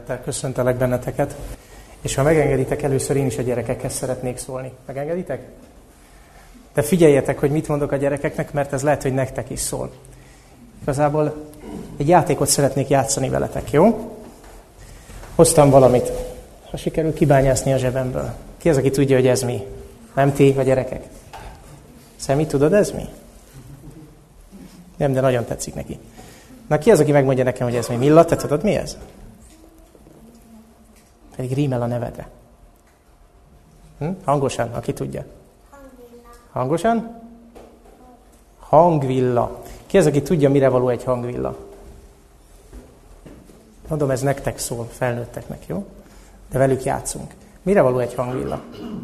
szeretettel köszöntelek benneteket, és ha megengeditek, először én is a gyerekekhez szeretnék szólni. Megengeditek? De figyeljetek, hogy mit mondok a gyerekeknek, mert ez lehet, hogy nektek is szól. Igazából egy játékot szeretnék játszani veletek, jó? Hoztam valamit. Ha sikerül kibányászni a zsebemből. Ki az, aki tudja, hogy ez mi? Nem ti, a gyerekek? Szemi, tudod, ez mi? Nem, de nagyon tetszik neki. Na, ki az, aki megmondja nekem, hogy ez mi? Milla, te tudod, mi ez? Pedig rímel a nevedre. Hangosan, aki tudja. Hangvilla. Hangosan? Hangvilla. Ki az, aki tudja, mire való egy hangvilla? Mondom, ez nektek szól, felnőtteknek, jó? De velük játszunk. Mire való egy hangvilla?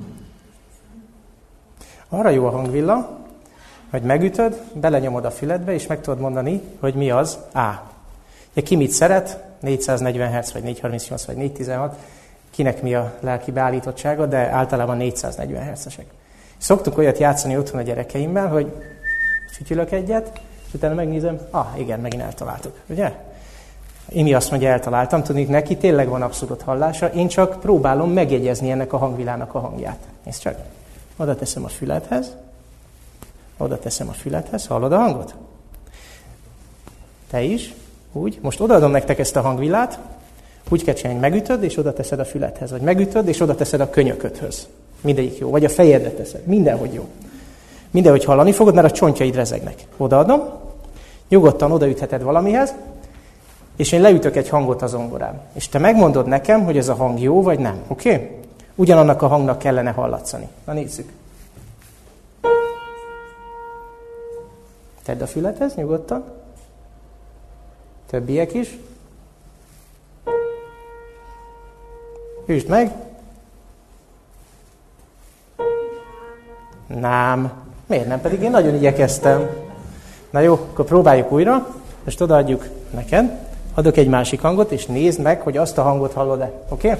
Arra jó a hangvilla, hogy megütöd, belenyomod a füledbe, és meg tudod mondani, hogy mi az A. Ugye ki mit szeret? 440 Hz, vagy 438, vagy 416. Kinek mi a lelki beállítottsága, de általában 440 Hz-esek. Szoktuk olyat játszani otthon a gyerekeimmel, hogy fütyülök egyet, és utána megnézem, igen, megint eltaláltuk, ugye? Imi azt mondja, eltaláltam, tudnék, neki tényleg van abszolút hallása, én csak próbálom megjegyezni ennek a hangvilának a hangját. Nézd csak, oda teszem a füledhez, hallod a hangot? Te is, úgy. Most odaadom nektek ezt a hangvillát, úgy kell csinálni, hogy megütöd, és oda teszed a füledhez, vagy megütöd, és oda teszed a könyöködhöz. Mindegyik jó, vagy a fejedre teszed, mindenhogy jó. Mindenhogy hallani fogod, mert a csontjaid rezegnek. Odaadom, nyugodtan odaütheted valamihez, és én leütök egy hangot a zongorán. És te megmondod nekem, hogy ez a hang jó, vagy nem, oké? Ugyanannak a hangnak kellene hallatszani. Na nézzük. Tedd a füledhez, nyugodtan. Többiek is. Üsd meg. Nem. Miért nem? Pedig én nagyon igyekeztem. Na jó, akkor próbáljuk újra. Most odaadjuk neked. Adok egy másik hangot, és nézd meg, hogy azt a hangot hallod-e. Oké?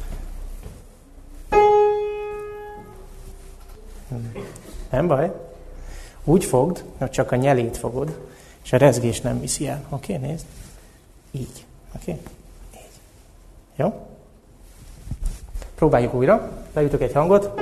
Nem baj. Úgy fogd, hogy csak a nyelét fogod, és a rezgés nem viszi el. Oké, nézd. Így. Oké? Így. Jó? Próbáljuk újra. Leütök egy hangot.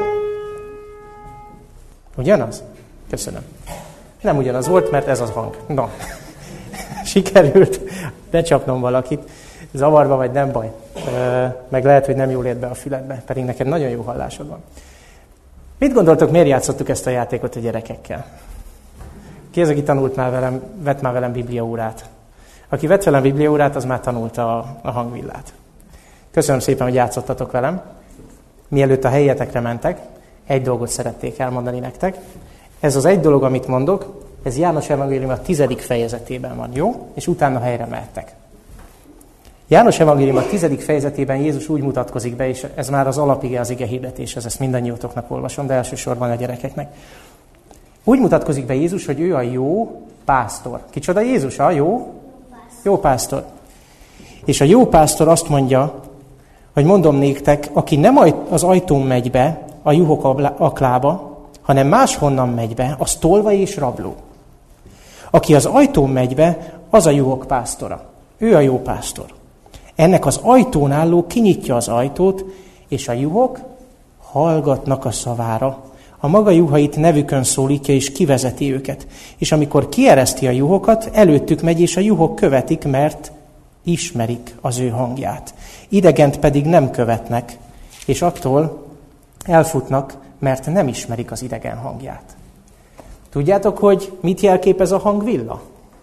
Ugyanaz? Köszönöm. Nem ugyanaz volt, mert ez az hang. Na, sikerült becsapnom valakit. Zavarba vagy, nem baj. Meg lehet, hogy nem jól ért be a füledbe, pedig neked nagyon jó hallásod van. Mit gondoltok, miért játszottuk ezt a játékot a gyerekekkel? Ki az, aki vett már velem bibliaórát? Aki vett velem bibliaórát, az már tanulta a hangvillát. Köszönöm szépen, hogy játszottatok velem. Mielőtt a helyetekre mentek, egy dolgot szerették elmondani nektek. Ez az egy dolog, amit mondok, ez János Evangélium a 10. fejezetében van, jó? És utána helyre mehettek. János Evangélium a 10. fejezetében Jézus úgy mutatkozik be, és ez már az alapige, az ige hirdetéshez, ezt mindannyiótoknak olvasom, de elsősorban a gyerekeknek. Úgy mutatkozik be Jézus, hogy ő a jó pásztor. Kicsoda Jézus? A jó pásztor. És a jó pásztor azt mondja, hogy mondom néktek, aki nem az ajtón megy be a juhok aklába, hanem máshonnan megy be, az tolvaj és rabló. Aki az ajtón megy be, az a juhok pásztora. Ő a jó pásztor. Ennek az ajtón álló kinyitja az ajtót, és a juhok hallgatnak a szavára. A maga juhait nevükön szólítja, és kivezeti őket. És amikor kiereszti a juhokat, előttük megy, és a juhok követik, mert ismerik az ő hangját. Idegent pedig nem követnek, és attól elfutnak, mert nem ismerik az idegen hangját. Tudjátok, hogy mit jelképez a hangvilla?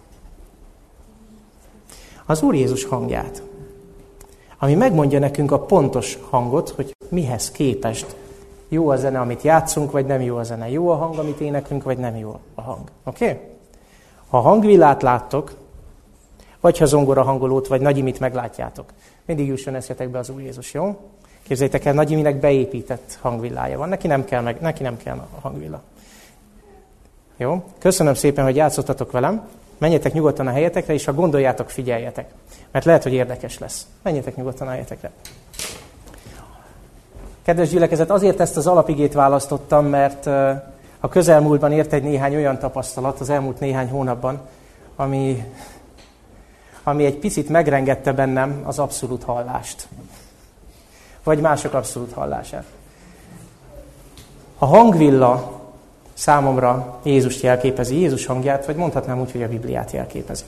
Az Úr Jézus hangját, ami megmondja nekünk a pontos hangot, hogy mihez képest jó a zene, amit játszunk, vagy nem jó a zene. Jó a hang, amit éneklünk, vagy nem jó a hang. Oké? Ha hangvillát láttok, vagy ha zongora hangolót, vagy Nagy Imit meglátjátok, mindig jusson eszébe az Úr Jézus, jó? Képzeljétek el, Nagy Iminek beépített hangvillája van. Neki nem kell a hangvilla. Jó? Köszönöm szépen, hogy játszottatok velem. Menjetek nyugodtan a helyetekre, és ha gondoljátok, figyeljetek. Mert lehet, hogy érdekes lesz. Menjetek nyugodtan a helyetekre. Kedves gyülekezet, azért ezt az alapigét választottam, mert a közelmúltban ért egy néhány olyan tapasztalat az elmúlt néhány hónapban, ami egy picit megrengette bennem az abszolút hallást. Vagy mások abszolút hallását. A hangvilla számomra Jézust jelképezi, Jézus hangját, vagy mondhatnám úgy, hogy a Bibliát jelképezi.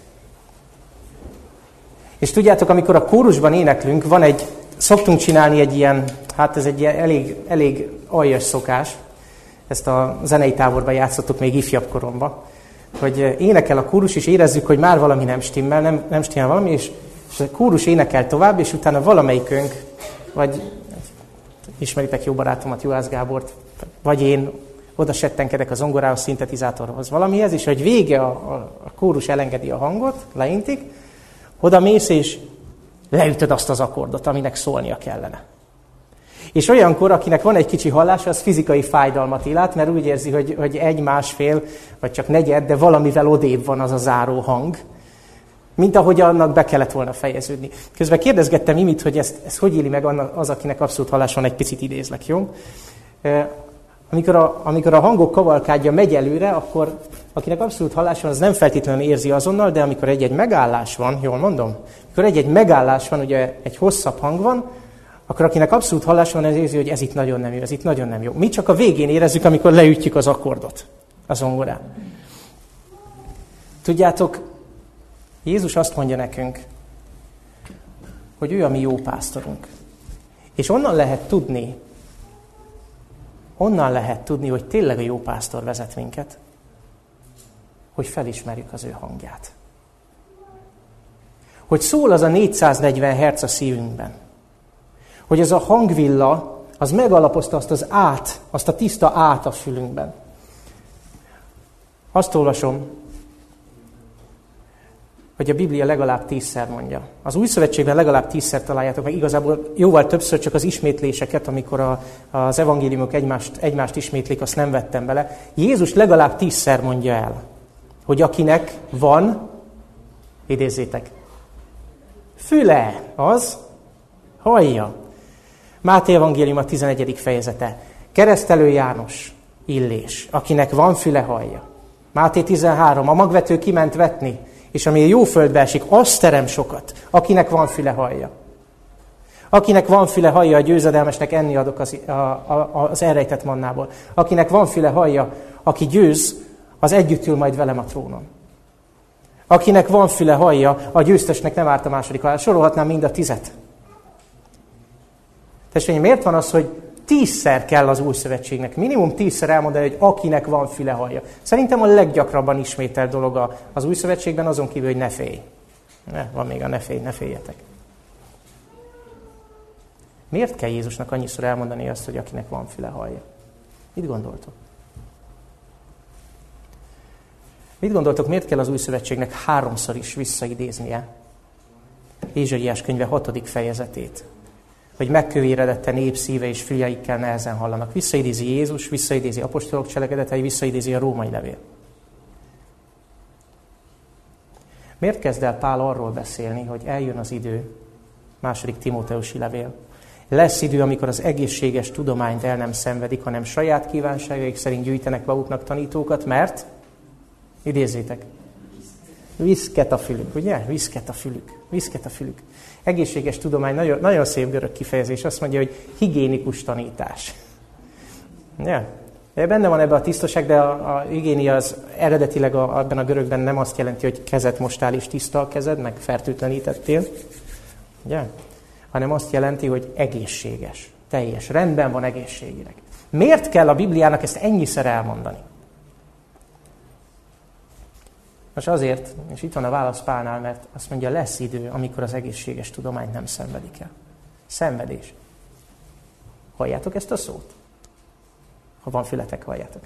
És tudjátok, amikor a kórusban éneklünk, szoktunk csinálni egy ilyen, hát ez egy ilyen elég aljas szokás, ezt a zenei táborban játszottuk még ifjabb koromban, hogy énekel a kórus, és érezzük, hogy már valami nem stimmel, nem stimmel valami, és a kórus énekel tovább, és utána valamelyikünk, vagy ismeritek jó barátomat, Juhász Gábort, vagy én oda settenkedek a zongorához, szintetizátorhoz valamihez, és hogy vége a kórus elengedi a hangot, leintik, oda mész, és leütöd azt az akkordot, aminek szólnia kellene. És olyankor, akinek van egy kicsi hallása, az fizikai fájdalmat él át, mert úgy érzi, hogy egy, másfél, vagy csak negyed, de valamivel odébb van az a záró hang, mint ahogy annak be kellett volna fejeződni. Közben kérdezgettem Imit, hogy ezt hogy éli meg az, akinek abszolút hallás van, egy picit idézlek, jó? Amikor a hangok kavalkádja megy előre, akkor akinek abszolút hallás van, az nem feltétlenül érzi azonnal, de amikor egy megállás van, jól mondom? Amikor egy megállás van, ugye egy hosszabb hang van, akkor akinek abszolút hallás van, az érzi, hogy ez itt nagyon nem jó, ez itt nagyon nem jó. Mi csak a végén érezzük, amikor leütjük az akkordot a zongorán. Tudjátok, Jézus azt mondja nekünk, hogy ő a mi jó pásztorunk. És onnan lehet tudni, hogy tényleg a jó pásztor vezet minket, hogy felismerjük az ő hangját. Hogy szól az a 440 Hz a szívünkben. Hogy ez a hangvilla, az megalapozta azt a tiszta át a fülünkben. Azt olvasom, hogy a Biblia legalább 10-szer mondja. Az Új Szövetségben legalább 10-szer találjátok meg, igazából jóval többször, csak az ismétléseket, amikor az evangéliumok egymást ismétlik, azt nem vettem bele. Jézus legalább 10-szer mondja el, hogy akinek van, idézzétek, füle, az hallja. Máté evangélium a 11. fejezete. Keresztelő János, Illés, akinek van füle, hallja. Máté 13. A magvető kiment vetni, és ami a jó földbe esik, az terem sokat, akinek van füle, hallja. Akinek van füle, hallja, a győzedelmesnek enni adok az elrejtett mannából. Akinek van füle, hallja, aki győz, az együtt ül majd velem a trónon. Akinek van füle, hallja, a győztesnek nem árt a második halál. Sorolhatnám mind a 10. Testvérem, miért van az, hogy 10-szer kell az Új Szövetségnek, minimum 10-szer elmondani, hogy akinek van füle, hallja. Szerintem a leggyakrabban ismételt dolog az Új Szövetségben, azon kívül, hogy ne félj. Van még a ne féljetek. Miért kell Jézusnak annyiszor elmondani azt, hogy akinek van füle, hallja? Mit gondoltok? Mit gondoltok, miért kell az Új Szövetségnek 3-szor is visszaidéznie Ézsaiás könyve 6. fejezetét? Hogy megkövéredette nép szíve és fülyeikkel nehezen hallanak. Visszaidézi Jézus, visszaidézi apostolok cselekedetei, visszaidézi a római levél. Miért kezd el Pál arról beszélni, hogy eljön az idő, 2. Timóteusi levél. Lesz idő, amikor az egészséges tudományt el nem szenvedik, hanem saját kívánságaik szerint gyűjtenek maguknak tanítókat, mert, idézzétek, viszket a fülük, ugye? Viszket a fülük. Egészséges tudomány, nagyon, nagyon szép görög kifejezés, azt mondja, hogy higiénikus tanítás. Ja. Benne van ebbe a tisztaság, de a higiénia az eredetileg abban a görögben nem azt jelenti, hogy kezet mostál és tiszta a kezed, meg fertőtlenítettél, ugye? Hanem azt jelenti, hogy egészséges, teljes, rendben van egészségileg. Miért kell a Bibliának ezt ennyiszer elmondani? Most azért, és itt van a válasz Pálnál, mert azt mondja, lesz idő, amikor az egészséges tudományt nem szenvedik el. Szenvedés. Halljátok ezt a szót? Ha van fületek, halljátok.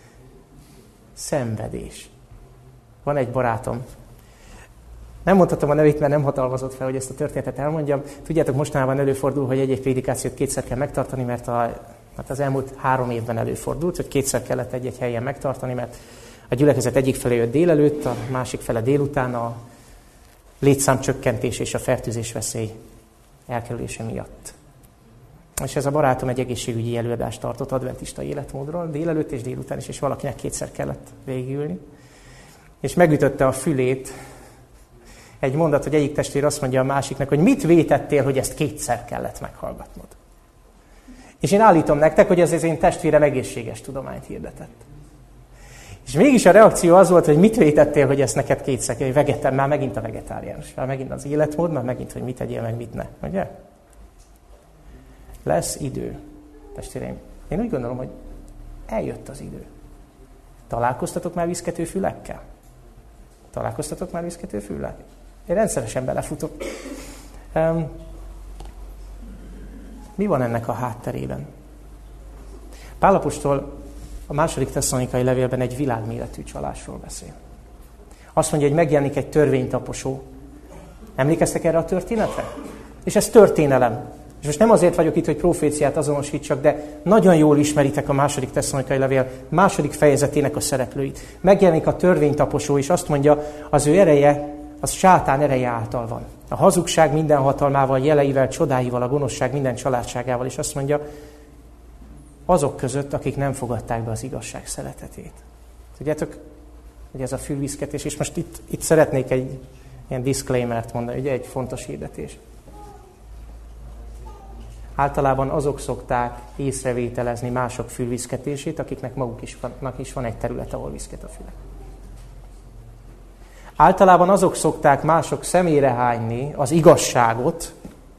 Szenvedés. Van egy barátom. Nem mondhatom a nevét, mert nem hatalmazott fel, hogy ezt a történetet elmondjam. Tudjátok, mostanában előfordul, hogy egy prédikációt 2-szer kell megtartani, mert az elmúlt 3 évben előfordult, hogy 2-szer kellett egy helyen megtartani, mert a gyülekezet egyik fele jött délelőtt, a másik fele délután a létszámcsökkentés és a fertőzés veszély elkerülése miatt. És ez a barátom egy egészségügyi előadást tartott adventista életmódról, délelőtt és délután is, és valakinek 2-szer kellett végigülni. És megütötte a fülét, egy mondat, hogy egyik testvér azt mondja a másiknak, hogy mit vétettél, hogy ezt 2-szer kellett meghallgatnod. És én állítom nektek, hogy ez az én testvérem egészséges tudományt hirdetett. És mégis a reakció az volt, hogy mit vétettél, hogy ezt neked 2-szer kell, hogy már megint a vegetáriánus, már megint az életmód, már megint, hogy mit tegyél, meg mit ne. Ugye? Lesz idő. Testvéreim, én úgy gondolom, hogy eljött az idő. Találkoztatok már viszkető fülekkel? Találkoztatok már viszkető füllel? Én rendszeresen belefutok. Mi van ennek a hátterében? Pál apostol a 2. Tesszalonikai levélben egy világméretű csalásról beszél. Azt mondja, hogy megjelenik egy törvénytaposó. Emlékeztek erre a történetre? És ez történelem. És most nem azért vagyok itt, hogy proféciát azonosítsak, de nagyon jól ismeritek a 2. Tesszalonikai levél 2. fejezetének a szereplőit. Megjelenik a törvénytaposó, és azt mondja, az ő ereje, az sátán ereje által van. A hazugság minden hatalmával, jeleivel, csodáival, a gonoszság minden családságával, és azt mondja, azok között, akik nem fogadták be az igazság szeretetét. Tudjátok, hogy ez a fülviszketés, és most itt szeretnék egy ilyen disclaimert mondani, ugye egy fontos hirdetés. Általában azok szokták észrevételezni mások fülviszketését, akiknek maguknak is van egy terület, ahol viszket a füle. Általában azok szokták mások szemére hányni az igazságot,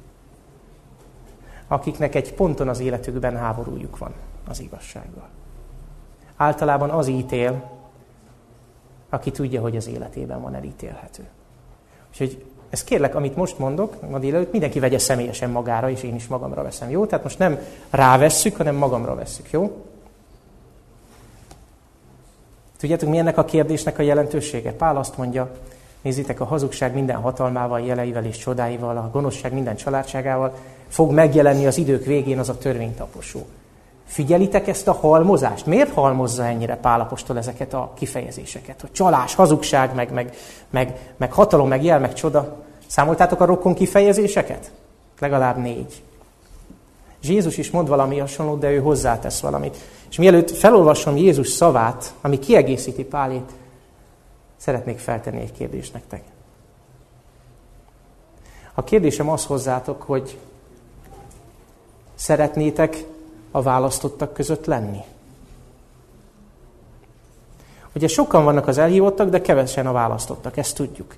akiknek egy ponton az életükben háborújuk van az igazsággal. Általában az ítél, aki tudja, hogy az életében van elítélhető. Úgyhogy ezt kérlek, amit most mondok, ma délelőtt, mindenki vegye személyesen magára, és én is magamra veszem, jó? Tehát most nem rávesszük, hanem magamra vesszük, jó? Tudjátok, mi ennek a kérdésnek a jelentősége? Pál azt mondja, nézzétek, a hazugság minden hatalmával, jeleivel és csodáival, a gonoszság minden családságával fog megjelenni az idők végén az a törvénytaposó. Figyelitek ezt a halmozást? Miért halmozza ennyire Pál apostol ezeket a kifejezéseket? Hogy csalás, hazugság, meg hatalom, meg jel, meg csoda. Számoltátok a rokon kifejezéseket? Legalább 4. És Jézus is mond valami hasonlót, de ő hozzátesz valamit. És mielőtt felolvasom Jézus szavát, ami kiegészíti Pálét, szeretnék feltenni egy kérdést nektek. A kérdésem az hozzátok, hogy szeretnétek a választottak között lenni? Ugye sokan vannak az elhívottak, de kevesen a választottak, ezt tudjuk.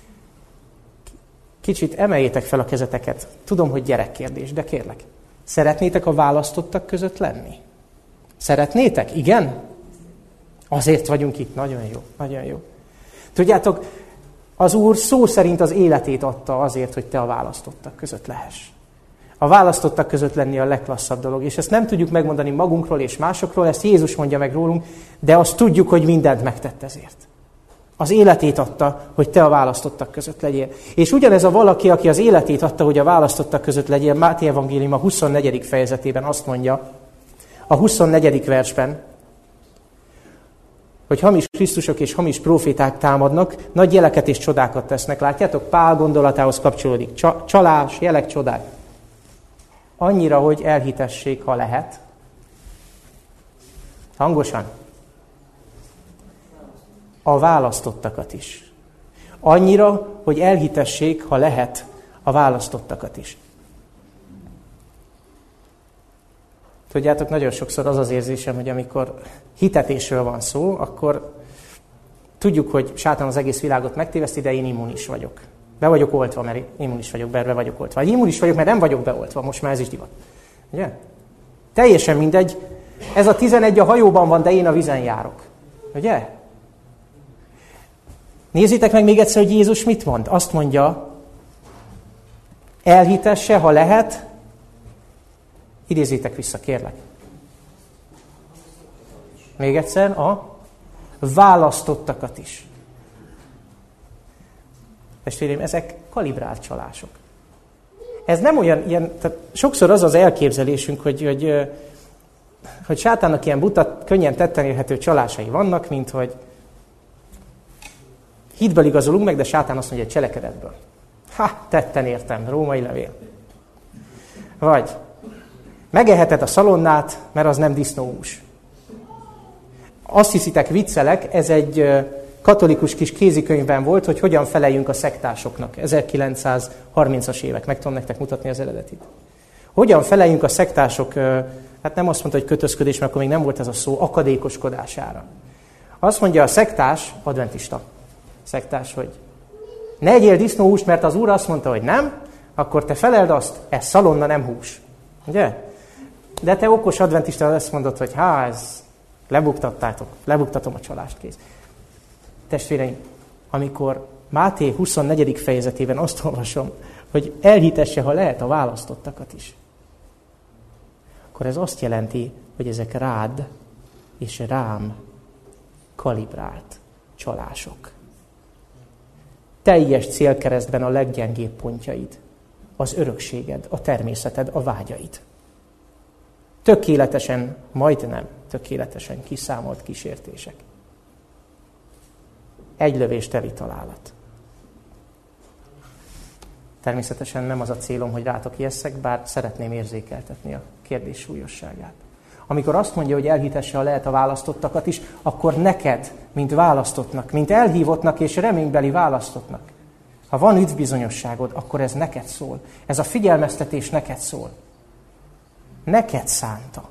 Kicsit emeljétek fel a kezeteket. Tudom, hogy gyerekkérdés, de kérlek. Szeretnétek a választottak között lenni? Szeretnétek? Igen? Azért vagyunk itt. Nagyon jó, nagyon jó. Tudjátok, az Úr szó szerint az életét adta azért, hogy te a választottak között lehess. A választottak között lenni a legklasszabb dolog. És ezt nem tudjuk megmondani magunkról és másokról, ezt Jézus mondja meg rólunk, de azt tudjuk, hogy mindent megtett ezért. Az életét adta, hogy te a választottak között legyél. És ugyanez a valaki, aki az életét adta, hogy a választottak között legyél, Máté evangélium a 24. fejezetében azt mondja, a 24. versben, hogy hamis Krisztusok és hamis proféták támadnak, nagy jeleket és csodákat tesznek. Látjátok, Pál gondolatához kapcsolódik. Csalás, jelek, csodák. Annyira, hogy elhitessék, ha lehet. Hangosan. A választottakat is. Annyira, hogy elhitessék, ha lehet, a választottakat is. Tudjátok, nagyon sokszor az az érzésem, hogy amikor hitetésről van szó, akkor tudjuk, hogy sátán az egész világot megtéveszti, de én immunis vagyok. Be vagyok oltva, mert immunis vagyok, be vagyok oltva. Immunis vagyok, mert nem vagyok beoltva, most már ez is divat. Ugye? Teljesen mindegy. Ez a 11 a hajóban van, de én a vízen járok. Ugye? Nézzétek meg még egyszer, hogy Jézus mit mond. Azt mondja, elhitesse, ha lehet. Idézzétek vissza, kérlek. Még egyszer, a választottakat is. Testvéreim, ezek kalibrált csalások. Ez nem olyan, tehát sokszor az az elképzelésünk, hogy sátánnak ilyen buta, könnyen tetten érhető csalásai vannak, mint hogy hitből igazolunk meg, de sátán azt mondja, hogy cselekedetből. Tetten értem, római levél. Vagy megeheted a szalonnát, mert az nem disznóhús. Azt hiszitek, viccelek, ez egy katolikus kis kézikönyvben volt, hogy hogyan feleljünk a szektásoknak. 1930-as évek, meg tudom nektek mutatni az eredetit. Hogyan feleljünk a szektások, hát nem azt mondta, hogy kötözködés, mert akkor még nem volt ez a szó, akadékoskodására. Azt mondja a szektás, adventista szektás, hogy ne egyél disznóhúst, mert az Úr azt mondta, hogy nem, akkor te feleld azt, ez szalonna, nem hús. Ugye? De te okos adventista azt mondod, hogy ez lebuktattátok, lebuktatom a csalást, kész. Testvéreim, amikor Máté 24. fejezetében azt olvasom, hogy elhitesse, ha lehet, a választottakat is, akkor ez azt jelenti, hogy ezek rád és rám kalibrált csalások. Teljes célkeresztben a leggyengébb pontjaid, az örökséged, a természeted, a vágyaid. Tökéletesen, majdnem tökéletesen kiszámolt kísértések. Egy lövés teli találat. Természetesen nem az a célom, hogy rátok ijesszek, bár szeretném érzékeltetni a kérdés súlyosságát. Amikor azt mondja, hogy elhitesse, ha lehet, a választottakat is, akkor neked, mint választottnak, mint elhívottnak és reménybeli választottnak, ha van üdvbizonyosságod, akkor ez neked szól. Ez a figyelmeztetés neked szól. Neked szánta.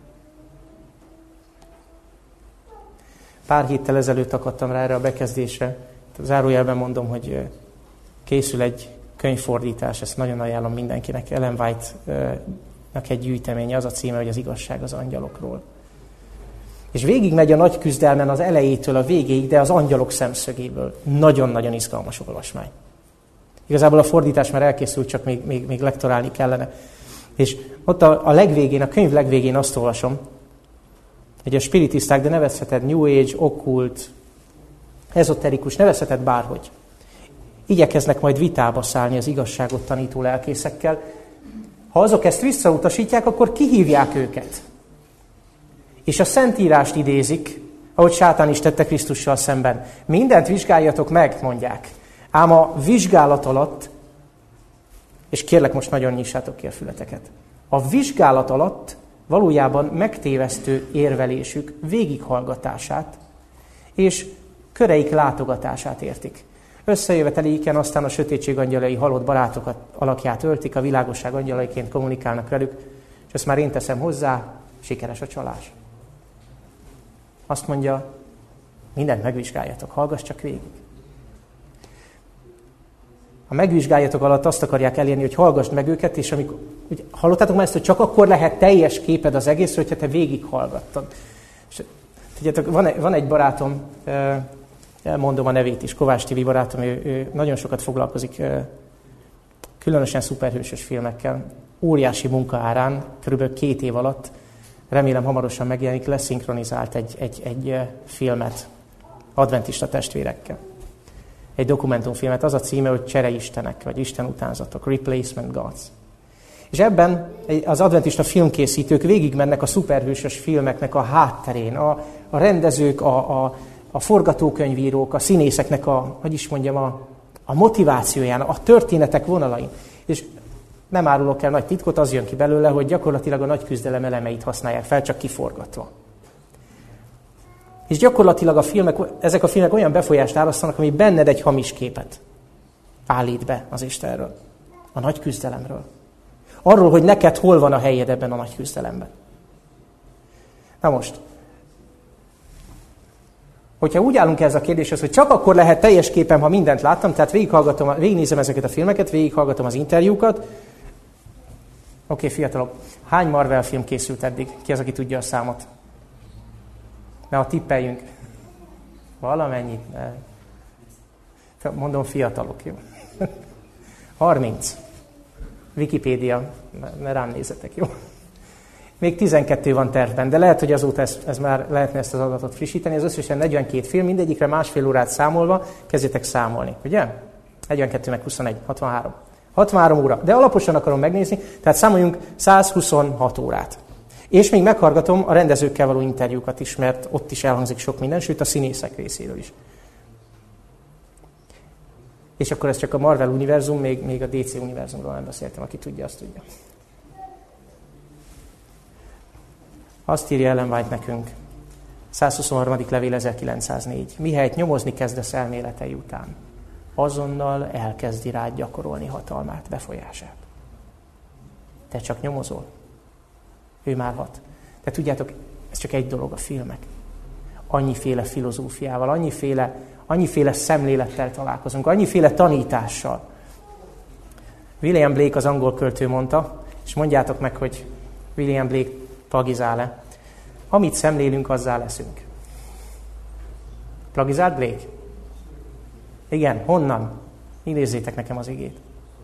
Pár héttel ezelőtt akadtam rá erre a bekezdésre. Zárójelben mondom, hogy készül egy könyvfordítás, ezt nagyon ajánlom mindenkinek. Ellen White-nak egy gyűjteménye, az a címe, hogy az igazság az angyalokról. És végigmegy a nagy küzdelmen az elejétől a végéig, de az angyalok szemszögéből. Nagyon-nagyon izgalmas olvasmány. Igazából a fordítás már elkészült, csak még lektorálni kellene. És ott a legvégén, a könyv legvégén azt olvasom, hogy a spiritisták, de nevezheted New Age, okkult, ezoterikus, nevezheted bárhogy. Igyekeznek majd vitába szállni az igazságot tanító lelkészekkel. Ha azok ezt visszautasítják, akkor kihívják őket. És a Szentírást idézik, ahogy Sátán is tette Krisztussal szemben. Mindent vizsgáljatok meg, mondják. Ám a vizsgálat alatt, és kérlek most nagyon nyissátok ki a fületeket, a vizsgálat alatt valójában megtévesztő érvelésük végighallgatását és köreik látogatását értik. Összejöveteléken aztán a sötétség angyalai halott barátokat alakját öltik, a világosság angyalaiként kommunikálnak velük, és ezt már én teszem hozzá, sikeres a csalás. Azt mondja, mindent megvizsgáljatok, hallgass csak végig. A megvizsgáljatok alatt azt akarják elérni, hogy hallgassd meg őket, és amikor, úgy, hallottátok már ezt, hogy csak akkor lehet teljes képed az egész, hogyha te végighallgattad. És, tudjátok, van egy barátom, elmondom a nevét is, Kovács Tibi barátom, ő nagyon sokat foglalkozik különösen szuperhősös filmekkel. Óriási munka árán, kb. 2 év alatt, remélem hamarosan megjelenik, leszinkronizált egy filmet adventista testvérekkel. Egy dokumentumfilmet, az a címe, hogy Csereistenek, vagy Isten utánzatok, Replacement Gods. És ebben az adventista filmkészítők végigmennek a szuperhősös filmeknek a hátterén, a rendezők, a forgatókönyvírók, a színészeknek a motivációján, a történetek vonalain. És nem árulok el nagy titkot, az jön ki belőle, hogy gyakorlatilag a nagy küzdelem elemeit használják fel, csak kiforgatva. És gyakorlatilag ezek a filmek olyan befolyást árasztanak, ami benned egy hamis képet állít be az Istenről, a nagy küzdelemről. Arról, hogy neked hol van a helyed ebben a nagy küzdelemben. Na most, hogyha úgy állunk ez a kérdéshez, hogy csak akkor lehet teljes képem, ha mindent láttam, tehát végignézem ezeket a filmeket, végighallgatom az interjúkat. Oké, fiatalok, hány Marvel film készült eddig? Ki az, aki tudja a számot? Na, tippeljünk. Valamennyit. Mondom, fiatalok, jó? 30. Wikipédia. Ne rám nézzetek, jó? Még 12 van tervben, de lehet, hogy azóta ez már lehetne ezt az adatot frissíteni. Ez összesen 42 film, mindegyikre 1,5 órát számolva, kezdjétek számolni, ugye? 42 meg 21, 63. 63 óra, de alaposan akarom megnézni, tehát számoljunk 126 órát. És még meghallgatom a rendezőkkel való interjúkat is, mert ott is elhangzik sok minden, sőt a színészek részéről is. És akkor ez csak a Marvel univerzum, még a DC univerzumról nem beszéltem, aki tudja, azt tudja. Azt írja Ellen White nekünk, 123. levél 1904. Mihelyt nyomozni kezdesz elméletei után, azonnal elkezdi rád gyakorolni hatalmát, befolyását. Te csak nyomozol. Ő már hat. De tudjátok, ez csak egy dolog, a filmek. Annyiféle filozófiával, annyiféle szemlélettel találkozunk, annyiféle tanítással. William Blake, az angol költő mondta, és mondjátok meg, hogy William Blake plagizál-e. Amit szemlélünk, azzá leszünk. Plagizált Blake? Igen, honnan? Idézzétek nekem az igét.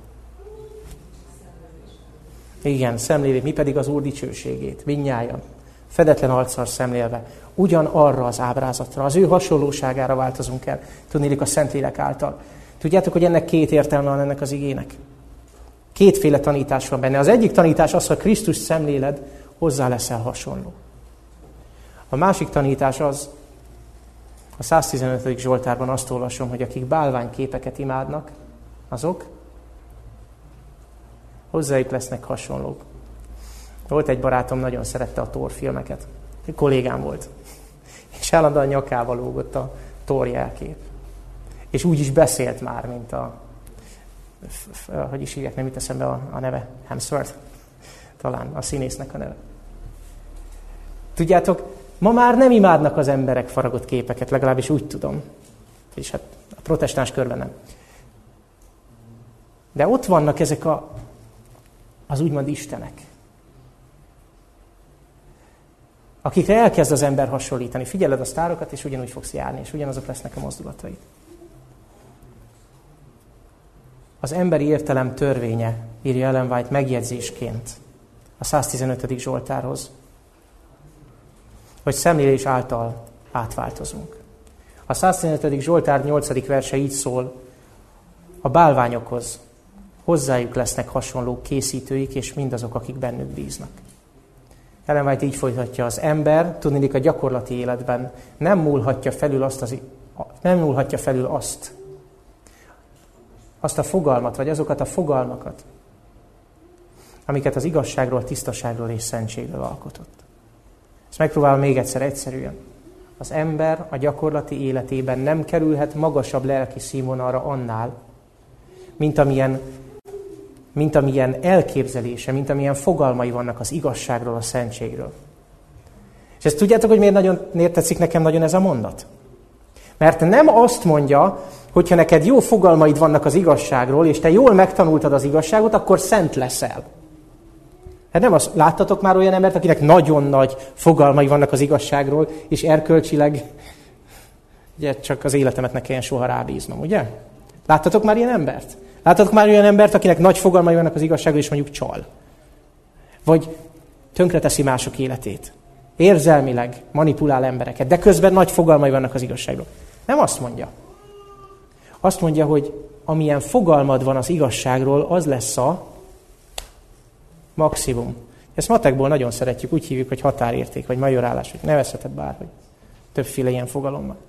Igen, szemlélik, mi pedig az Úr dicsőségét, mindnyájan, fedetlen arccal szemlélve, ugyanarra az ábrázatra, az ő hasonlóságára változunk el, tudnélik a Szentlélek által. Tudjátok, hogy ennek két értelme van ennek az igének? Kétféle tanítás van benne. Az egyik tanítás az, hogy Krisztus szemléled, hozzá leszel hasonló. A másik tanítás az, a 115. Zsoltárban azt olvasom, hogy akik bálványképeket imádnak, azok hozzájuk lesznek hasonlók. Volt egy barátom, nagyon szerette a Thor filmeket. Egy kollégám volt. És állandóan nyakával lógott a Thor jelkép. És úgy is beszélt már, mint hogy is hívják, nem jut eszembe a neve, Hemsworth, talán a színésznek a neve. Tudjátok, ma már nem imádnak az emberek faragott képeket, legalábbis úgy tudom. És hát a protestáns körben nem. De ott vannak ezek az úgymond istenek, akikre elkezd az ember hasonlítani. Figyeled a sztárokat, és ugyanúgy fogsz járni, és ugyanazok lesznek a mozdulataid. Az emberi értelem törvénye, írja Ellen White megjegyzésként a 115. Zsoltárhoz, hogy szemlélés által átváltozunk. A 115. Zsoltár 8. verse így szól, a bálványokhoz hozzájuk lesznek hasonló készítőik, és mindazok, akik bennük bíznak. Ellen White így folytatja, az ember, tudniillik a gyakorlati életben nem múlhatja felül azt a fogalmat, vagy azokat a fogalmakat, amiket az igazságról, tisztaságról és szentségről alkotott. Ezt megpróbálom még egyszer egyszerűen. Az ember a gyakorlati életében nem kerülhet magasabb lelki színvonalra annál, mint amilyen elképzelése, mint amilyen fogalmai vannak az igazságról, a szentségről. És ezt tudjátok, hogy miért tetszik nekem nagyon ez a mondat? Mert nem azt mondja, hogyha neked jó fogalmaid vannak az igazságról, és te jól megtanultad az igazságot, akkor szent leszel. Hát nem azt, láttatok már olyan embert, akinek nagyon nagy fogalmai vannak az igazságról, és erkölcsileg ugye, csak az életemet ne kelljen soha rábíznom, ugye? Láttatok már ilyen embert? Láttatok már olyan embert, akinek nagy fogalmai vannak az igazságról, és mondjuk csal? Vagy tönkreteszi mások életét. Érzelmileg manipulál embereket, de közben nagy fogalmai vannak az igazságról. Nem azt mondja. Azt mondja, hogy amilyen fogalmad van az igazságról, az lesz a maximum. Ezt matekból nagyon szeretjük, úgy hívjuk, hogy határérték, vagy majorálás, vagy nevezheted bárhogy. Többféle ilyen fogalom van.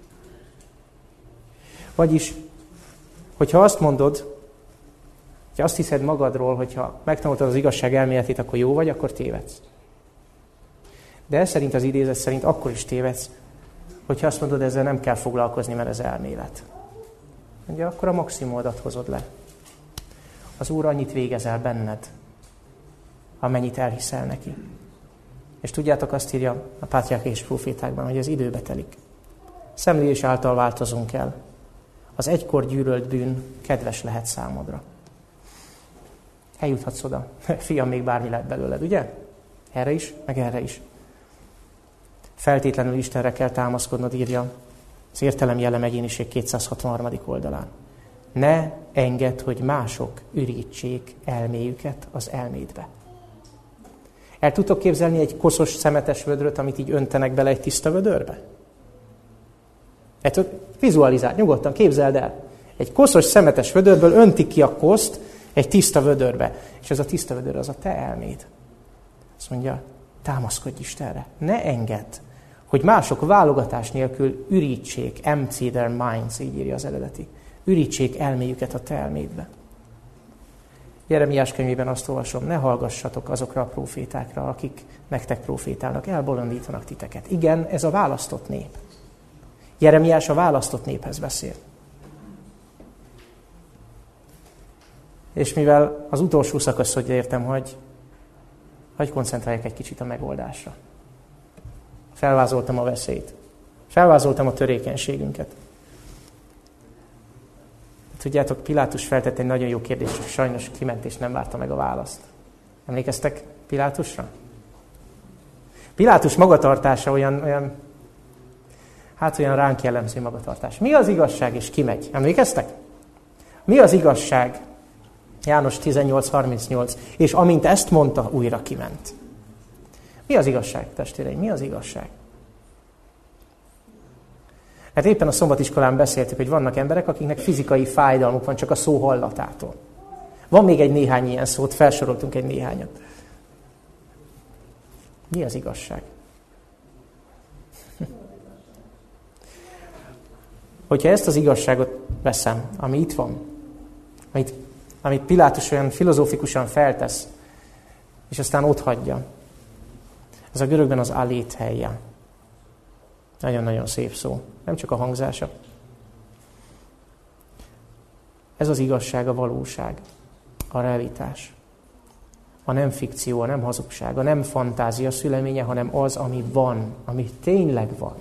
Vagyis, hogyha azt mondod, hogyha azt hiszed magadról, hogyha megtanultad az igazság elméletét, akkor jó vagy, akkor tévedsz. De ez szerint az idézet szerint akkor is tévedsz, hogyha azt mondod, ezzel nem kell foglalkozni, mert ez elmélet. Ugye akkor a maximumodat hozod le. Az Úr annyit végez el benned, amennyit elhiszel neki. És tudjátok, azt írja a Pátriárkák és Prófétákban, hogy ez időbe telik. Szemlélés által változunk el. Az egykor gyűlölt bűn kedves lehet számodra. Eljuthatsz oda. Fiam, még bármi lehet belőled, ugye? Erre is, meg erre is. Feltétlenül Istenre kell támaszkodnod, írja az Értelem Jellem Egyéniség 263. oldalán. Ne engedd, hogy mások ürítsék elméjüket az elmédbe. El tudtok képzelni egy koszos, szemetes vödröt, amit így öntenek bele egy tiszta vödörbe? Vizualizáld, nyugodtan, képzeld el. Egy koszos, szemetes vödörből öntik ki a koszt egy tiszta vödörbe. És ez a tiszta vödör az a te elméd. Azt mondja, támaszkodj Istenre. Ne engedd, hogy mások válogatás nélkül ürítsék, empty their minds, így írja az eredeti. Ürítsék elméjüket a te elmédbe. Jeremiás könyvében azt olvasom, ne hallgassatok azokra a prófétákra, akik nektek prófétálnak, elbolondítanak titeket. Igen, ez a választott nép. Jeremiás a választott néphez beszél. És mivel az utolsó szakasz, hogy értem, hogy koncentráljak egy kicsit a megoldásra. Felvázoltam a veszélyt. Felvázoltam a törékenységünket. Tudjátok, Pilátus feltett egy nagyon jó kérdést, csak sajnos kiment és nem várta meg a választ. Emlékeztek Pilátusra? Pilátus magatartása olyan ránk jellemző magatartás. Mi az igazság, és kimegy? Emlékeztek? Mi az igazság? János 18:38. És amint ezt mondta, újra kiment. Mi az igazság, testvéreim? Mi az igazság? Hát éppen a szombatiskolán beszéltük, hogy vannak emberek, akiknek fizikai fájdalmuk van csak a szó hallatától. Van még egy néhány ilyen szót, felsoroltunk egy néhányat. Mi az igazság? Hogyha ezt az igazságot veszem, ami itt van, amit Pilátus olyan filozófikusan feltesz, és aztán ott hagyja. Ez a görögben az alétheia. Nagyon-nagyon szép szó. Nem csak a hangzása. Ez az igazság, a valóság, a realitás. A nem fikció, a nem hazugság, a nem fantázia szüleménye, hanem az, ami van, ami tényleg van.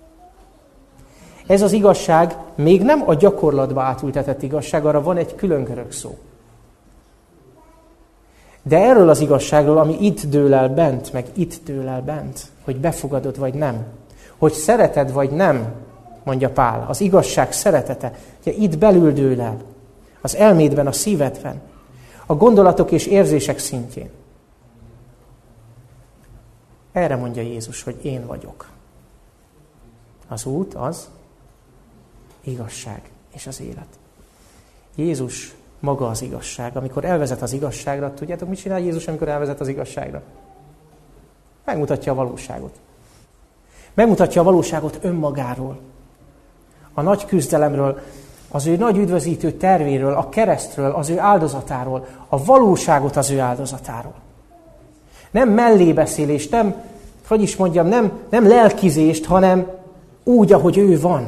Ez az igazság még nem a gyakorlatba átültetett igazság, arra van egy külön görög szó. De erről az igazságról, ami itt dől el bent, meg itt dől el bent, hogy befogadod vagy nem, hogy szereted vagy nem, mondja Pál, az igazság szeretete, hogy itt belül dől el, az elmédben, a szívedben, a gondolatok és érzések szintjén. Erre mondja Jézus, hogy én vagyok. Az út az igazság és az élet. Jézus maga az igazság. Amikor elvezet az igazságra, tudjátok, mit csinál Jézus, amikor elvezet az igazságra? Megmutatja a valóságot. Megmutatja a valóságot önmagáról. A nagy küzdelemről, az ő nagy üdvözítő tervéről, a keresztről, az ő áldozatáról, a valóságot az ő áldozatáról. Nem mellébeszélést, nem lelkizést, hanem úgy, ahogy ő van.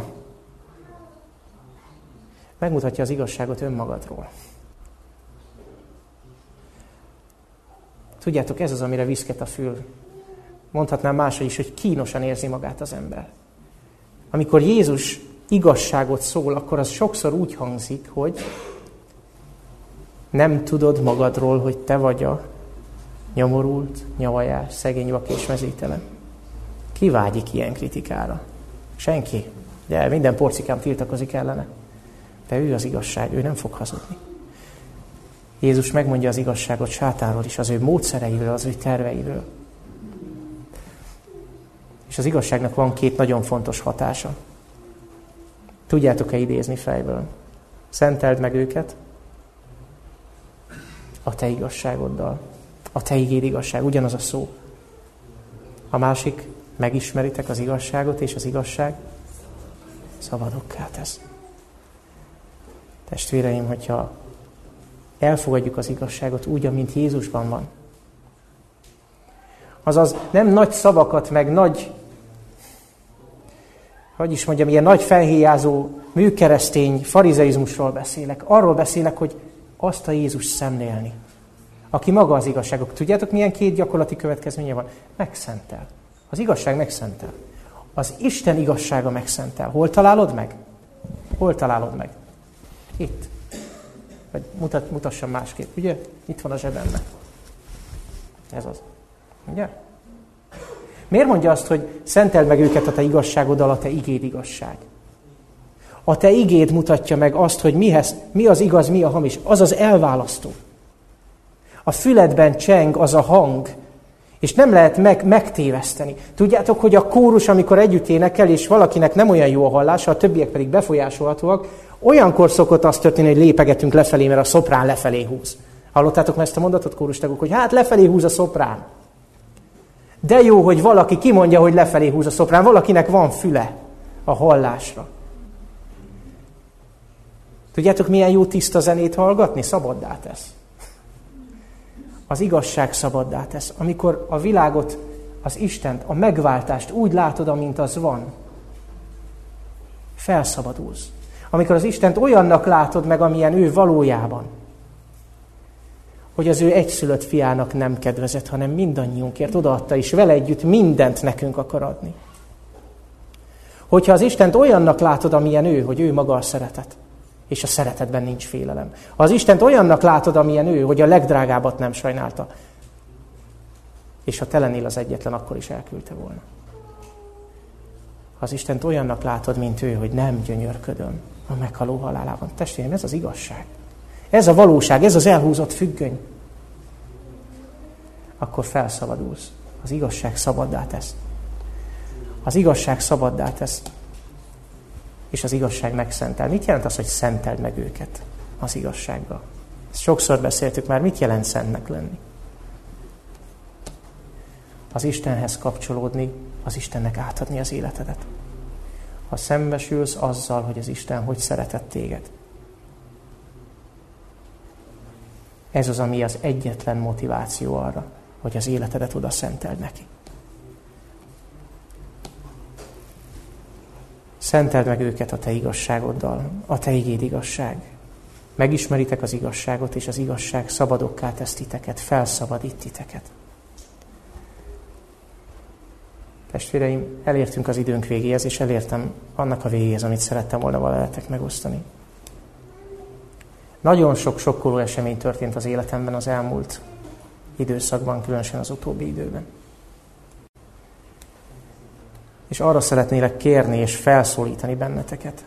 Megmutatja az igazságot önmagadról. Tudjátok, ez az, amire viszket a fül. Mondhatnám máshogy is, hogy kínosan érzi magát az ember. Amikor Jézus igazságot szól, akkor az sokszor úgy hangzik, hogy nem tudod magadról, hogy te vagy a nyomorult, nyavajás, szegény, vak és mezítelen. Ki vágyik ilyen kritikára? Senki. De minden porcikám tiltakozik ellene. De ő az igazság, ő nem fog hazudni. Jézus megmondja az igazságot sátánról is, az ő módszereiről, az ő terveiről. És az igazságnak van két nagyon fontos hatása. Tudjátok-e idézni fejből? Szenteld meg őket a te igazságoddal. A te igéd igazság, ugyanaz a szó. A másik, megismeritek az igazságot, és az igazság szabadokká tesz. Testvéreim, hogyha elfogadjuk az igazságot úgy, amint Jézusban van, azaz nem nagy szavakat, meg nagy, ilyen nagy felhéjázó, műkeresztény farizeizmusról beszélek. Arról beszélek, hogy azt a Jézus szemlélni, aki maga az igazságok. Tudjátok, milyen két gyakorlati következménye van? Megszentel. Az igazság megszentel. Az Isten igazsága megszentel. Hol találod meg? Hol találod meg? Itt. Vagy mutassam másképp, ugye? Itt van a zsebemben. Ez az. Ugye? Miért mondja azt, hogy szenteld meg őket a te igazságoddal, a te igéd igazság? A te igéd mutatja meg azt, hogy mi az igaz, mi a hamis. Az az elválasztó. A füledben cseng az a hang, és nem lehet megtéveszteni. Tudjátok, hogy a kórus, amikor együtt énekel, és valakinek nem olyan jó a hallása, a többiek pedig befolyásolhatóak, olyankor szokott azt történni, hogy lépegetünk lefelé, mert a szoprán lefelé húz. Hallottátok már ezt a mondatot, kórustagok, hogy hát lefelé húz a szoprán. De jó, hogy valaki kimondja, hogy lefelé húz a szoprán. Valakinek van füle a hallásra. Tudjátok, milyen jó tiszta zenét hallgatni? Szabaddá tesz. az igazság szabaddá tesz. Amikor a világot, az Istent, a megváltást úgy látod, amint az van, felszabadulsz. Amikor az Istent olyannak látod meg, amilyen ő valójában, hogy az ő egyszülött fiának nem kedvezett, hanem mindannyiunkért odaadta, és vele együtt mindent nekünk akar adni. Hogyha az Istent olyannak látod, amilyen ő, hogy ő maga a szeretet, és a szeretetben nincs félelem. Ha az Istent olyannak látod, amilyen ő, hogy a legdrágábbat nem sajnálta, és ha te lennél az egyetlen, akkor is elküldte volna. Ha az Istent olyannak látod, mint ő, hogy nem gyönyörködöm a meghaló halálában. Testvérem, ez az igazság. Ez a valóság, ez az elhúzott függöny. Akkor felszabadulsz. Az igazság szabaddá tesz. Az igazság szabaddá tesz. És az igazság megszentel. Mit jelent az, hogy szenteld meg őket az igazsággal? Ezt sokszor beszéltük már, mit jelent szentnek lenni? Az Istenhez kapcsolódni, az Istennek átadni az életedet. Ha szembesülsz azzal, hogy az Isten hogy szeretett téged. Ez az, ami az egyetlen motiváció arra, hogy az életedet oda szenteld neki. Szenteld meg őket a te igazságoddal, a te igéd igazság. Megismeritek az igazságot, és az igazság szabadokká tesz titeket, felszabadít titeket. Testvéreim, elértünk az időnk végéhez, és elértem annak a végéhez, amit szerettem volna veletek megosztani. Nagyon sok sokkoló esemény történt az életemben az elmúlt időszakban, különösen az utóbbi időben. És arra szeretnélek kérni és felszólítani benneteket,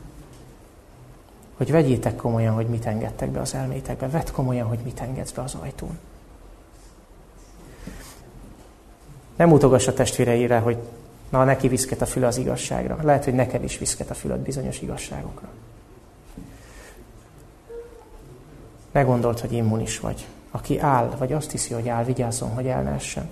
hogy vegyétek komolyan, hogy mit engedtek be az elmétekbe. Vedd komolyan, hogy mit engedsz be az ajtón. Nem mutogass a testvéreire, hogy na, neki viszket a füle az igazságra. Lehet, hogy neked is viszket a füled bizonyos igazságokra. Ne gondold, hogy immunis vagy. Aki áll, vagy azt hiszi, hogy áll, vigyázzon, hogy el ne essen.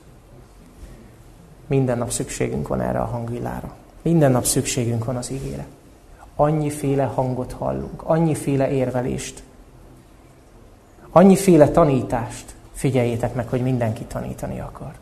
Minden nap szükségünk van erre a hangvillára. Minden nap szükségünk van az igére. Annyiféle hangot hallunk, annyiféle érvelést, annyiféle tanítást. Figyeljétek meg, hogy mindenki tanítani akar.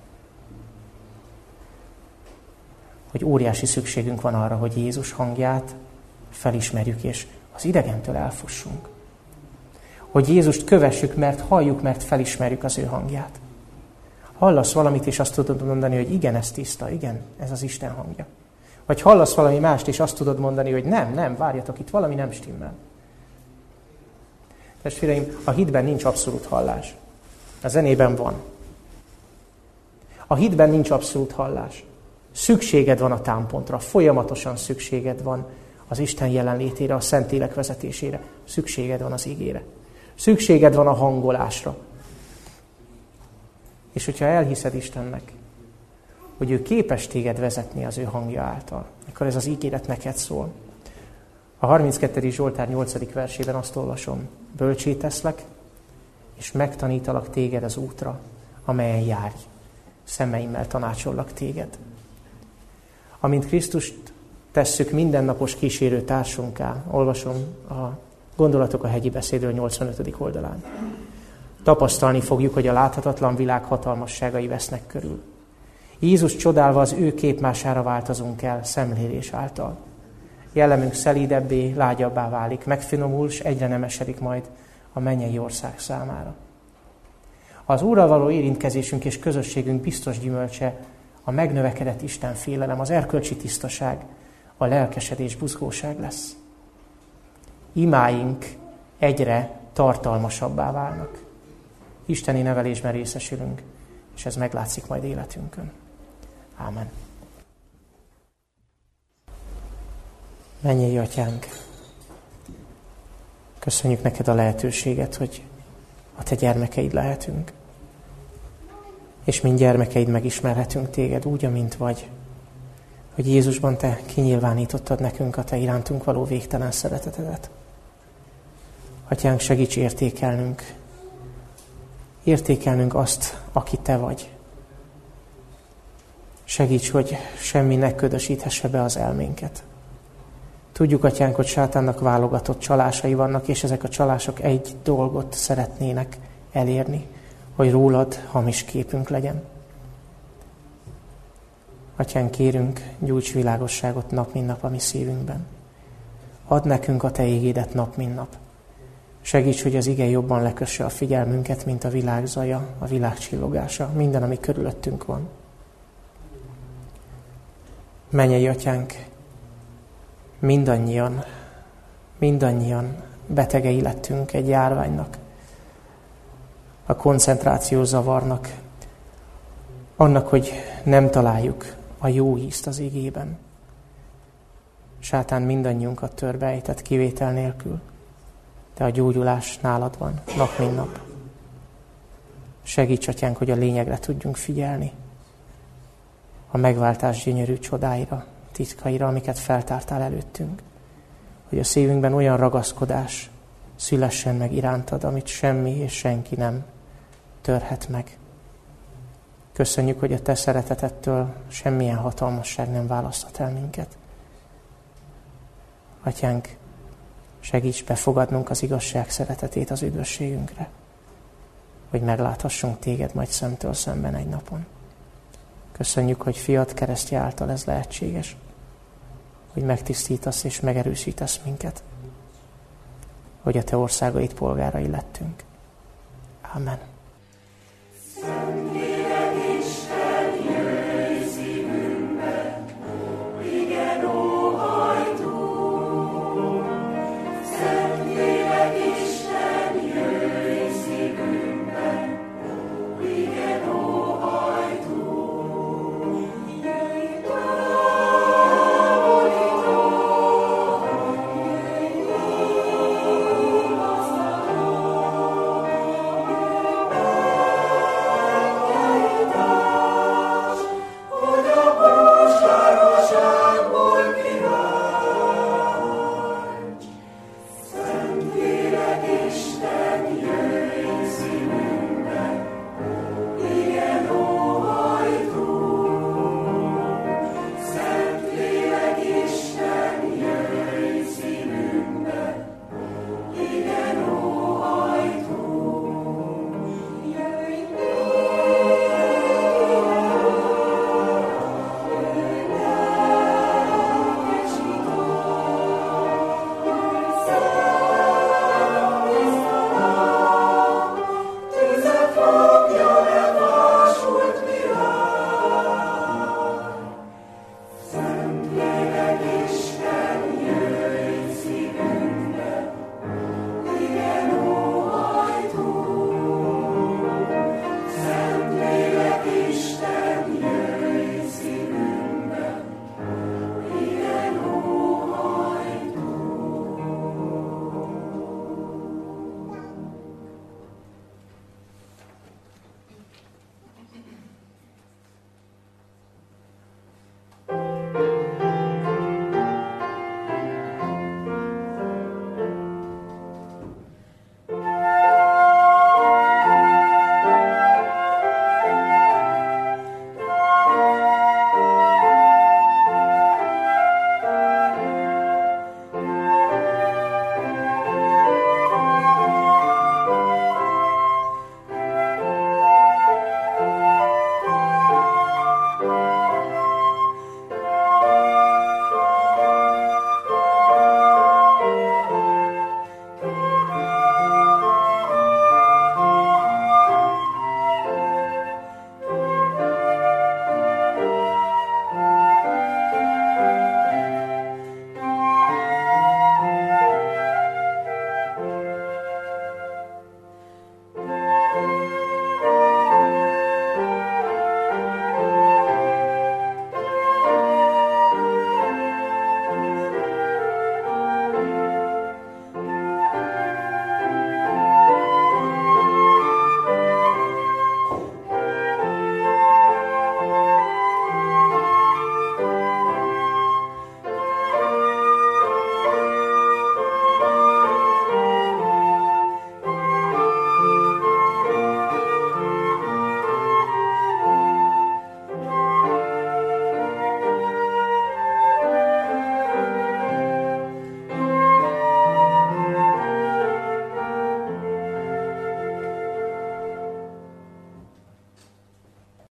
Hogy óriási szükségünk van arra, hogy Jézus hangját felismerjük, és az idegentől elfussunk. Hogy Jézust kövessük, mert halljuk, mert felismerjük az ő hangját. Hallasz valamit, és azt tudod mondani, hogy igen, ez tiszta, igen, ez az Isten hangja. Vagy hallasz valami mást, és azt tudod mondani, hogy nem, várjatok, itt valami nem stimmel. Testvéreim, a hitben nincs abszolút hallás. A zenében van. A hitben nincs abszolút hallás. Szükséged van a támpontra, folyamatosan szükséged van az Isten jelenlétére, a Szentlélek vezetésére. Szükséged van az igére. Szükséged van a hangolásra. És hogyha elhiszed Istennek, hogy ő képes téged vezetni az ő hangja által, akkor ez az ígéret neked szól. A 32. Zsoltár 8. versében azt olvasom: bölcsé teszlek, és megtanítalak téged az útra, amelyen járj. Szemeimmel tanácsollak téged. Amint Krisztust tesszük mindennapos kísérő társunká, olvasom a Gondolatok a hegyi beszédről 85. oldalán. Tapasztalni fogjuk, hogy a láthatatlan világ hatalmasságai vesznek körül. Jézus csodálva az ő képmására változunk el szemlélés által. Jellemünk szelídebbé, lágyabbá válik, megfinomul, és egyre nemesedik majd a mennyei ország számára. Az Úrral való érintkezésünk és közösségünk biztos gyümölcse a megnövekedett Isten félelem, az erkölcsi tisztaság, a lelkesedés, buzgóság lesz. Imáink egyre tartalmasabbá válnak. Isteni nevelésben részesülünk, és ez meglátszik majd életünkön. Ámen. Mennyei Atyánk, köszönjük neked a lehetőséget, hogy a te gyermekeid lehetünk. És mint gyermekeid megismerhetünk téged úgy, amint vagy. Hogy Jézusban te kinyilvánítottad nekünk a te irántunk való végtelen szeretetedet. Atyánk, segíts értékelnünk azt, aki te vagy. Segíts, hogy semmi ne ködösíthesse be az elménket. Tudjuk, Atyánk, hogy sátánnak válogatott csalásai vannak, és ezek a csalások egy dolgot szeretnének elérni, hogy rólad hamis képünk legyen. Atyánk, kérünk, gyújts világosságot nap mint nap a mi szívünkben. Add nekünk a te igédet nap mint nap. Segíts, hogy az ige jobban lekösse a figyelmünket, mint a világ zaja, a világ csillogása, minden, ami körülöttünk van. Mennyei Atyánk, mindannyian betegei lettünk egy járványnak, a koncentráció zavarnak, annak, hogy nem találjuk a jó ízt az igében. Sátán mindannyiunkat törbejtett kivétel nélkül, de a gyógyulás nálad van, nap mint nap. Segíts, Atyánk, hogy a lényegre tudjunk figyelni, a megváltás gyönyörű csodáira, titkaira, amiket feltártál előttünk. Hogy a szívünkben olyan ragaszkodás szülessen meg irántad, amit semmi és senki nem törhet meg. Köszönjük, hogy a te szeretetettől semmilyen hatalmasság nem választhat el minket. Atyánk, segíts befogadnunk az igazság szeretetét az üdvösségünkre, hogy megláthassunk téged majd szemtől szemben egy napon. Köszönjük, hogy fiad keresztje által ez lehetséges, hogy megtisztítasz és megerősítesz minket, hogy a te országaid polgárai lettünk. Amen.